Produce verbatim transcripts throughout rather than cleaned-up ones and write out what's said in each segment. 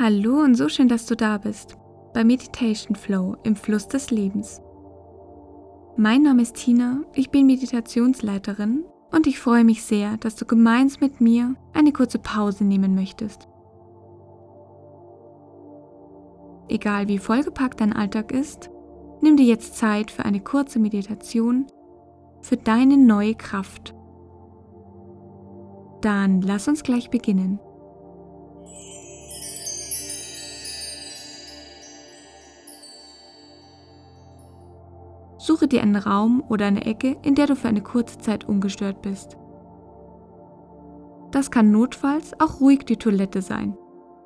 Hallo und so schön, dass du da bist, bei Meditation Flow im Fluss des Lebens. Mein Name ist Tina, ich bin Meditationsleiterin und ich freue mich sehr, dass du gemeinsam mit mir eine kurze Pause nehmen möchtest. Egal wie vollgepackt dein Alltag ist, nimm dir jetzt Zeit für eine kurze Meditation für deine neue Kraft. Dann lass uns gleich beginnen. Suche dir einen Raum oder eine Ecke, in der du für eine kurze Zeit ungestört bist. Das kann notfalls auch ruhig die Toilette sein.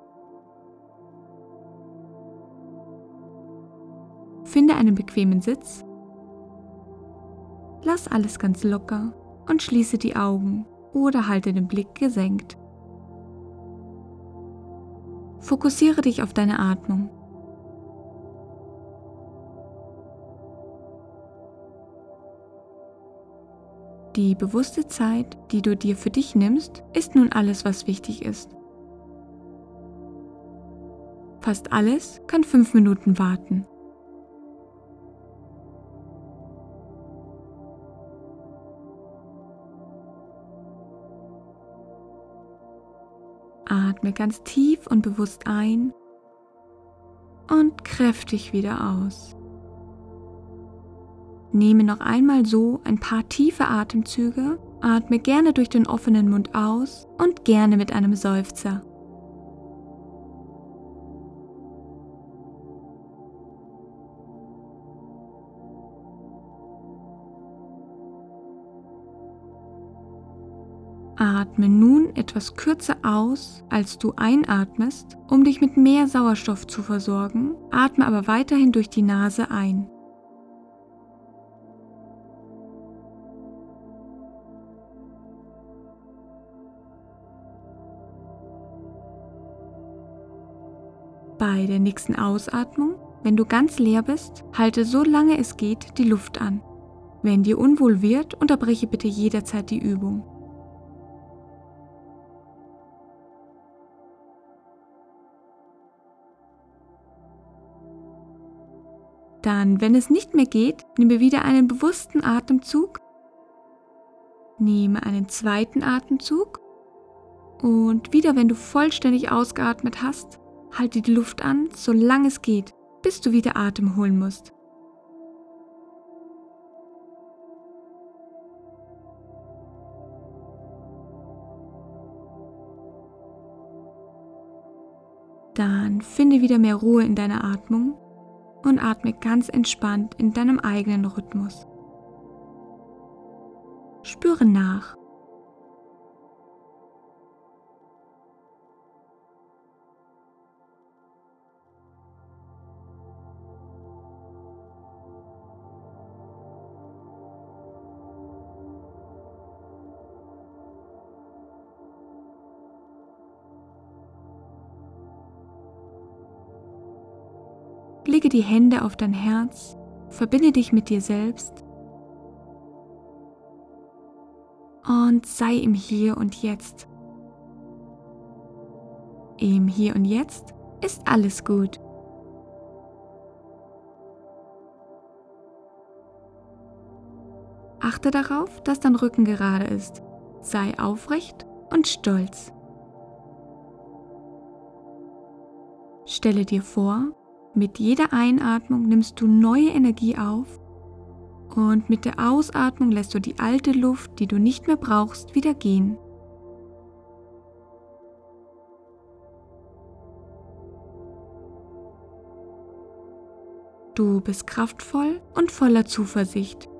Finde einen bequemen Sitz, lass alles ganz locker und schließe die Augen oder halte den Blick gesenkt. Fokussiere dich auf deine Atmung. Die bewusste Zeit, die du dir für dich nimmst, ist nun alles, was wichtig ist. Fast alles kann fünf Minuten warten. Atme ganz tief und bewusst ein und kräftig wieder aus. Nehme noch einmal so ein paar tiefe Atemzüge, atme gerne durch den offenen Mund aus und gerne mit einem Seufzer. Atme nun etwas kürzer aus, als du einatmest, um dich mit mehr Sauerstoff zu versorgen, atme aber weiterhin durch die Nase ein. Bei der nächsten Ausatmung, wenn du ganz leer bist, halte so lange es geht die Luft an. Wenn dir unwohl wird, unterbreche bitte jederzeit die Übung. Dann, wenn es nicht mehr geht, nehme wieder einen bewussten Atemzug, nehme einen zweiten Atemzug und wieder, wenn du vollständig ausgeatmet hast, halte die Luft an, solange es geht, bis du wieder Atem holen musst. Dann finde wieder mehr Ruhe in deiner Atmung und atme ganz entspannt in deinem eigenen Rhythmus. Spüre nach. Lege die Hände auf dein Herz, verbinde dich mit dir selbst und sei im Hier und Jetzt. Im Hier und Jetzt ist alles gut. Achte darauf, dass dein Rücken gerade ist. Sei aufrecht und stolz. Stelle dir vor, mit jeder Einatmung nimmst du neue Energie auf und mit der Ausatmung lässt du die alte Luft, die du nicht mehr brauchst, wieder gehen. Du bist kraftvoll und voller Zuversicht.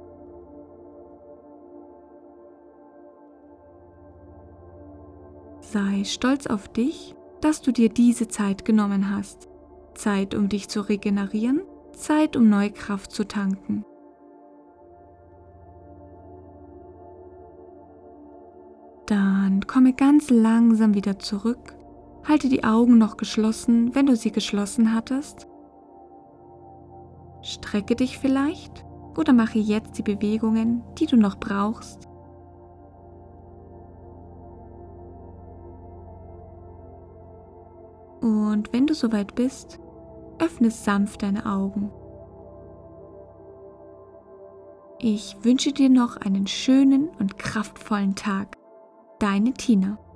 Sei stolz auf dich, dass du dir diese Zeit genommen hast. Zeit, um dich zu regenerieren, Zeit, um neue Kraft zu tanken. Dann komme ganz langsam wieder zurück. Halte die Augen noch geschlossen, wenn du sie geschlossen hattest. Strecke dich vielleicht oder mache jetzt die Bewegungen, die du noch brauchst. Und wenn du soweit bist, öffne sanft deine Augen. Ich wünsche dir noch einen schönen und kraftvollen Tag. Deine Tina.